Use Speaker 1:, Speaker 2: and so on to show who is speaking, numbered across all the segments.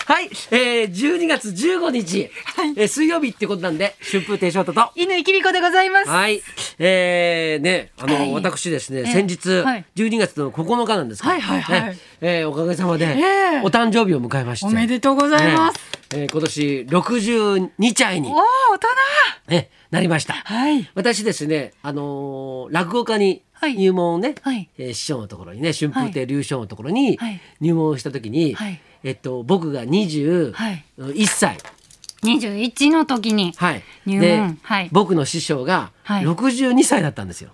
Speaker 1: はい、12月15日、水曜日ってことなんで春風亭昇太と
Speaker 2: 乾きびこでございます。
Speaker 1: はい、私ですね、先日12月の9日なんですけど、おかげさまでお誕生日を迎えまして、
Speaker 2: おめでとうございます。
Speaker 1: 今年62歳に
Speaker 2: 大人、
Speaker 1: なりました。私ですね、落語家に入門をね、師匠のところにね、春風亭柳昇のところに入門した時に、僕が21歳
Speaker 2: 21の時に入門、
Speaker 1: で僕の師匠が62歳だったんですよ。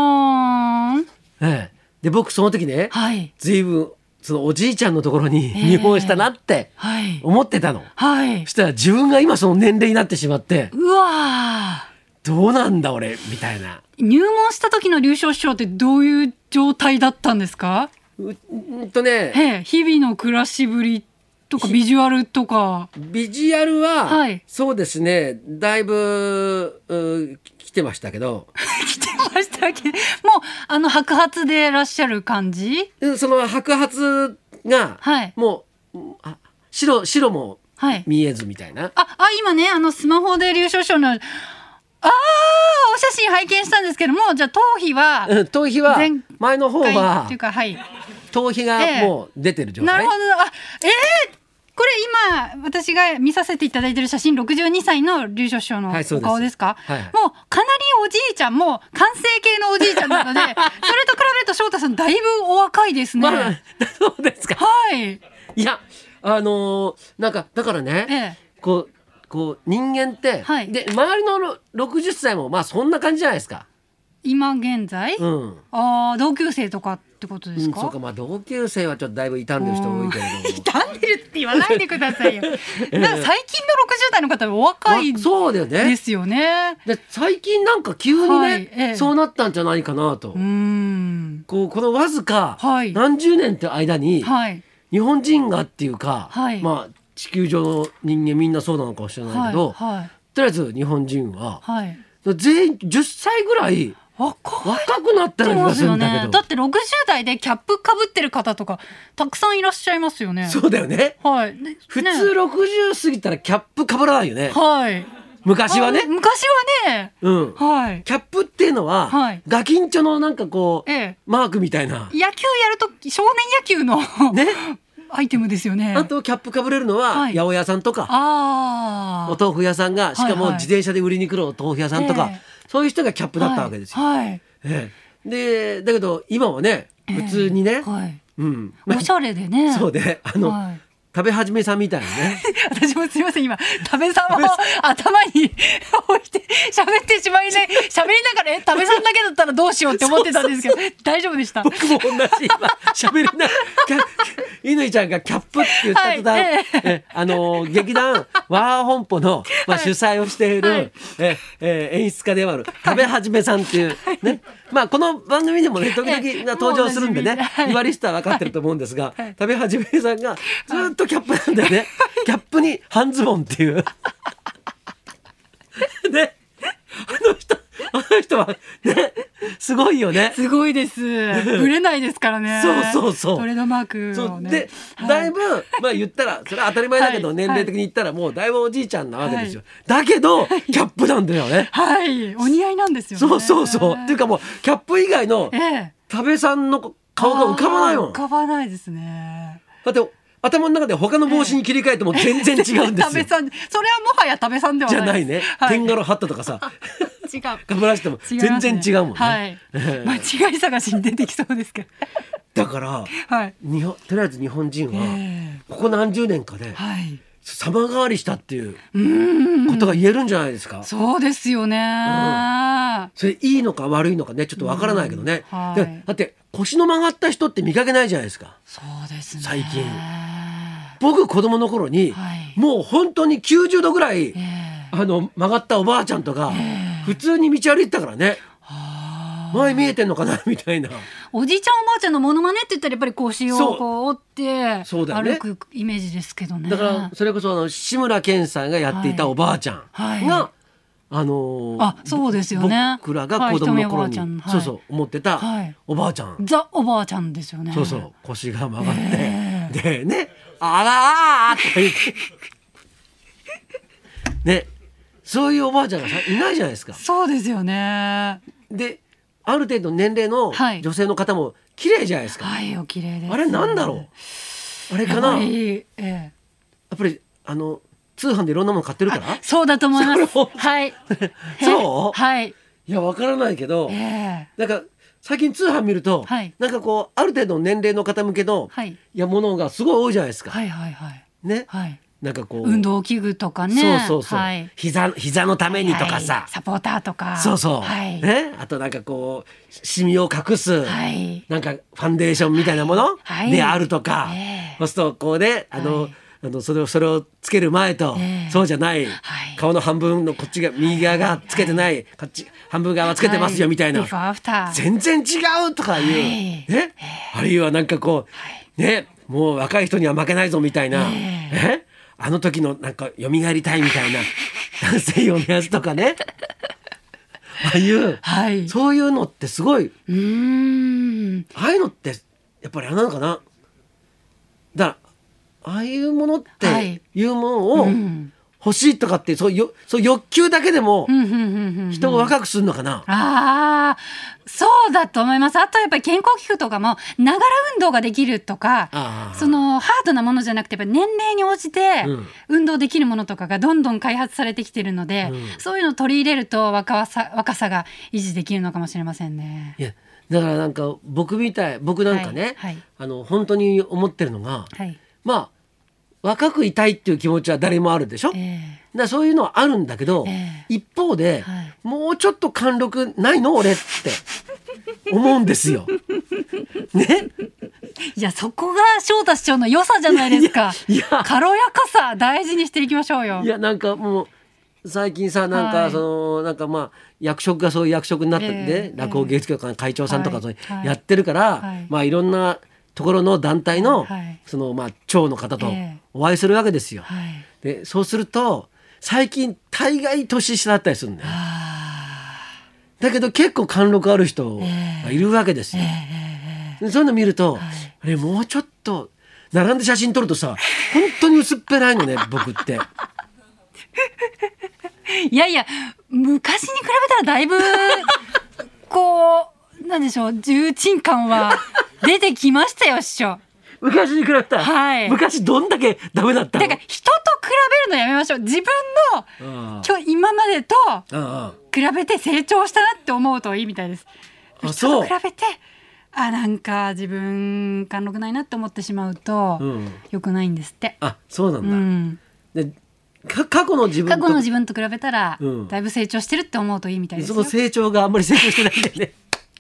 Speaker 1: で僕その時ね、随分そのおじいちゃんのところに入門したなって思ってたの、そしたら自分が今その年齢になってしまって、
Speaker 2: うわ
Speaker 1: どうなんだ俺みたいな。
Speaker 2: 入門した時の柳昇師匠ってどういう状態だったんですか？
Speaker 1: 日々
Speaker 2: の暮らしぶりとかビジュアルとか。
Speaker 1: ビジュアルは、そうですね、だいぶ来てましたけど
Speaker 2: 来てましたけど、もう白髪でいらっしゃる感じ？
Speaker 1: その白髪が、もう白も見えずみたいな、
Speaker 2: 今ねスマホで柳昇師匠のお写真拝見したんですけども、じゃあ頭皮は
Speaker 1: 前の方は
Speaker 2: っていうか、
Speaker 1: 頭皮がもう出てる状態。
Speaker 2: なるほど。これ今私が見させていただいている写真、62歳の柳昇師匠のお顔ですか？もうかなりおじいちゃん、もう完成形のおじいちゃんなのでそれと比べると昇太さんだいぶお若いですね。
Speaker 1: そうですか。いやなんかだからね、こう人間って、で周りの60歳もそんな感じじゃないですか
Speaker 2: 今現在。同級生とかってことですか？
Speaker 1: そうか、同級生はちょっとだいぶ傷んでる人多いけれども
Speaker 2: 傷んでるって言わないでくださいよだから最近の60代の方はお若い
Speaker 1: そうだよね。
Speaker 2: ですよね。
Speaker 1: で最近なんか急にね、そうなったんじゃないかなと。このわずか何十年って間に、日本人がっていうか、地球上の人間みんなそうなのかもしれないけど、とりあえず日本人は、全員10歳ぐらい若くなったような気がするんだけど、
Speaker 2: だって60代でキャップかぶってる方とかたくさんいらっしゃいますよね。
Speaker 1: そうだよね。普通60過ぎたらキャップかぶらないよね。昔はね。キャップっていうのは、ガキンチョのなんかこう、マークみたいな、
Speaker 2: 野球やると少年野球のアイテムですよね。
Speaker 1: あとキャップかぶれるのは八百屋さんとか、お豆腐屋さんが、しかも自転車で売りに来るお豆腐屋さんとか、そういう人がキャップだったわけですよ。でだけど今はね、普通にね、
Speaker 2: おしゃれでね。
Speaker 1: そうで食べ始めさんみたいなね
Speaker 2: 私もすいません、今食べさんを頭に置いて喋ってしまいね、喋りながら食べさんだけだったらどうしようって思ってたんですけど、大丈夫でした。
Speaker 1: 僕も同じ今喋りながら乾ちゃんがキャップって言った途端、劇団ワー本舗の、主催をしている、演出家である食べ始めさんっていうね、この番組でもね時々登場するんでね、言われ人は分かってると思うんですが、食べ始めさんがずっとキャップなんだよねキャップに半ズボンっていうであの人はね、すごいよね。
Speaker 2: すごいです。ぶれないですからね。
Speaker 1: そう
Speaker 2: トレードマークをね。
Speaker 1: でだいぶ言ったらそれは当たり前だけど、年齢的に言ったらもうだいぶおじいちゃんなわけですよ。だけどキャップなんだよね。
Speaker 2: お似合いなんですよね。
Speaker 1: そうっていうかもうキャップ以外の多部さんの顔が浮かばないもん。
Speaker 2: 浮かばないですね。
Speaker 1: だって頭の中で他の帽子に切り替えても全然違うんですよ。
Speaker 2: 多部さん、それはもはや多部さんではない
Speaker 1: じゃないね。テンガロハットとかさ
Speaker 2: 違う
Speaker 1: かぶらしても全然違うもんね。
Speaker 2: 間違い探しに出てきそうですけど
Speaker 1: だから、とりあえず日本人はここ何十年かで様変わりしたっていうことが言えるんじゃないですか。
Speaker 2: そうですよね。
Speaker 1: それいいのか悪いのかね、ちょっとわからないけどね。だって腰の曲がった人って見かけないじゃないですか。
Speaker 2: そうですね。
Speaker 1: 最近僕子供の頃に、もう本当に90度ぐらい、曲がったおばあちゃんとか、普通に道歩いてたからね。前見えてんのかなみたいな。
Speaker 2: おじいちゃんおばあちゃんのモノマネって言ったらやっぱり腰をこう折って歩くイメージですけどね。
Speaker 1: だからそれこそ志村けんさんがやっていたおばあちゃんが、
Speaker 2: そうですよね。
Speaker 1: 僕らが子供の頃に思ってたおばあちゃん、
Speaker 2: ザおばあちゃんですよね。
Speaker 1: 腰が曲がってでね、 あらーとか言ってね、そういうおばあちゃんがいないじゃないですか。
Speaker 2: そうですよね。
Speaker 1: である程度年齢の女性の方も綺麗じゃないですか。
Speaker 2: はい、お綺麗です。
Speaker 1: あれなんだろう、あれかな、やっぱり通販でいろんなもの買ってるから。
Speaker 2: そうだと思います。はい。
Speaker 1: そう、
Speaker 2: はい。
Speaker 1: いやわからないけど、なんか最近通販見ると、なんかこうある程度の年齢の方向けの、ものがすごい多いじゃないですか。ね。なんかこう
Speaker 2: 運動器具とかね、
Speaker 1: そう、膝のためにとかさ、
Speaker 2: サポーターとか、
Speaker 1: ね、あとなんかこうシミを隠す、なんかファンデーションみたいなものであるとか、そうするとこうね、それをつける前と、そうじゃない、顔の半分のこっちが右側がつけてない、こっち半分側はつけてますよみたいな、全然違うとかいう、ね、あるいはなんかこうね、もう若い人には負けないぞみたいな、あの時のなんか蘇りたいみたいな男性用のやつとかねああいう、そういうのってすごい、ああいうのってやっぱりあれなのかな。だからああいうものっていうものを欲しいとかって、そう欲求だけでも人を若くするのかな。
Speaker 2: ああ、そうだと思います。あとやっぱり健康器具とかもながら運動ができるとか、そのハードなものじゃなくてやっぱ年齢に応じて運動できるものとかがどんどん開発されてきてるので、そういうのを取り入れると若さが維持できるのかもしれませんね。
Speaker 1: いやだからなんか僕なんかね、本当に思ってるのが、まあ若くいたいっていう気持ちは誰もあるでしょ。だそういうのはあるんだけど、一方で、もうちょっと貫禄ないの俺って思うんですよ。ね。
Speaker 2: いやそこが翔太師匠の良さじゃないですか。軽やかさ大事にしていきましょうよ。
Speaker 1: いやなんかもう最近さ、なんかなんかまあ役職がそういう役職になってね、落語芸術協会の会長さんとかそうやってるから、まあいろんなところの団体の、そのまあ長の方とお会いするわけですよ。でそうすると最近大概年下だったりするんだよ。だけど結構貫禄ある人がいるわけですよ。そういうの見ると、あれもうちょっと並んで写真撮るとさ、本当に薄っぺらいのね僕って。
Speaker 2: いやいや昔に比べたらだいぶこうなんでしょう、重鎮感は出てきましたよ師匠。
Speaker 1: 昔に比べたら、昔どんだけダメだったの。
Speaker 2: だから人と比べるのやめましょう。自分の今までと比べて成長したなって思うといいみたいです。人と比べてなんか自分貫禄ないなって思ってしまうと、良くないんですって。
Speaker 1: あ、そうなんだ。で過去の自
Speaker 2: 分と比べたら、だいぶ成長してるって思うといいみたいですよ。
Speaker 1: その成長があんまり成長してないんだよね。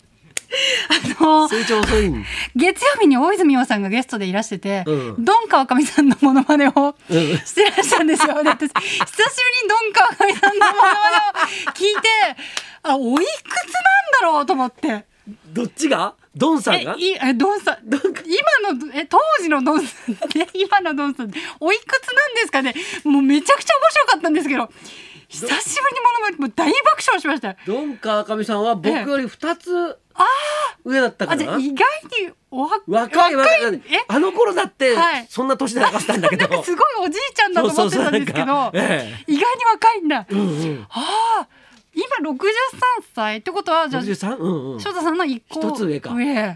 Speaker 1: 成長遅い。
Speaker 2: 月曜日に大泉洋さんがゲストでいらしてて、ドン川上さんのモノマネをしてらっしゃるんですよ。で私久しぶりにドン川上さんのモノマネを聞いて、おいくつなんだろうと思って。
Speaker 1: どっちがドンさんが
Speaker 2: ドンさん、今の当時のドンさん今のドンさんおいくつなんですかね。もうめちゃくちゃ面白かったんですけど、久しぶりにモノマネもう大爆笑しました。
Speaker 1: ドン川上さんは僕より2つ上だったかな。
Speaker 2: じゃあ意外に
Speaker 1: 若いあの頃だってそんな年でなかったんだけど、
Speaker 2: すごいおじいちゃんだと思ってたんですけど、意外に若いんだ。今63歳ってことはじゃあ翔太さんの1個
Speaker 1: ずつ上か。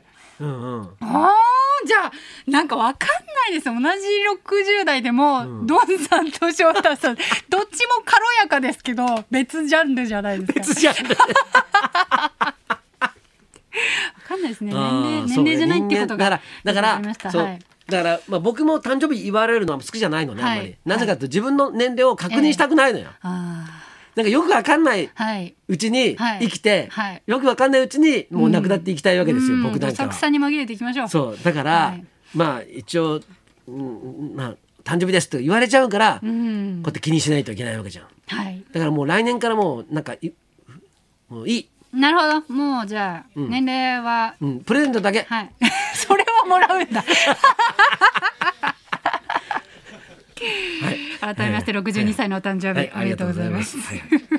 Speaker 2: じゃあなんかわかんないですよ。同じ60代でも、ドンさんと翔太さんどっちも軽やかですけど別ジャンルじゃないですか。
Speaker 1: 別ジャンル。
Speaker 2: わかんないですね。年齢じゃないってことが
Speaker 1: だからまあ僕も誕生日言われるのは好きじゃないのね、あんまり。なぜかというと自分の年齢を確認したくないのよ。なんかよくわかんないうちに生きて、よくわかんないうちにもう亡くなっていきたいわけですよ、僕なんかは。
Speaker 2: どさくさに紛れていきましょう。
Speaker 1: そうだから、まあ一応、まあ誕生日ですと言われちゃうから、こうやって気にしないといけないわけじゃん。だからもう来年からもうなんかもういい。
Speaker 2: なるほど。もうじゃあ、年齢は、
Speaker 1: プレゼントだけ。
Speaker 2: それはもらうんだ。改めまして62歳のお誕生日、ありがとうございます。こ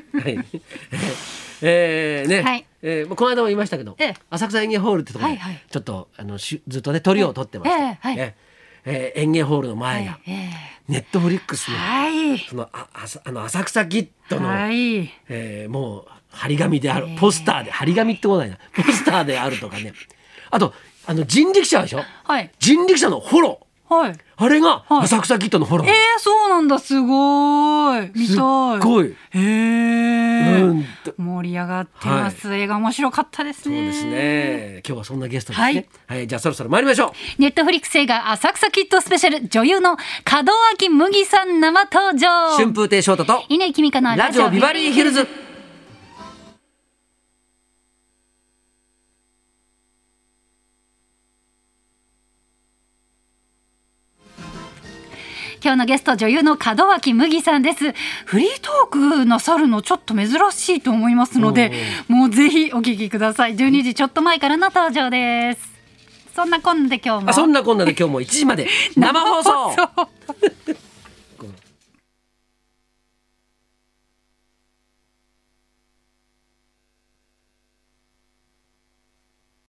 Speaker 1: の間も言いましたけど、浅草演芸ホールってところでちょっとずっとねトリを取ってました。 園芸ホールの前が、ネットフリックスの、その浅草キッドの、もう張り紙である、ポスターで、張り紙ってことないな、ポスターであるとかね、あと人力車でしょ、人力車のホロ、あれが浅草キッドのホロ、
Speaker 2: そうなんだ、すごい、見たい、
Speaker 1: すっごい、
Speaker 2: 盛り上がってます、映画面白かったですね。
Speaker 1: そうですね、今日はそんなゲストですね。じゃあそろそろ参りましょう。
Speaker 2: ネットフリックス映画浅草キッドスペシャル、女優の門脇麦さん生登場。
Speaker 1: 春風亭昇太と
Speaker 2: 稲井君香の
Speaker 1: ラジオビバリーヒルズ。
Speaker 2: 今日のゲスト、女優の門脇麦さんです。フリートークなさるのちょっと珍しいと思いますので、もうぜひお聞きください。12時ちょっと前からの登場です。そんなこんなで今日も
Speaker 1: 1時まで生放送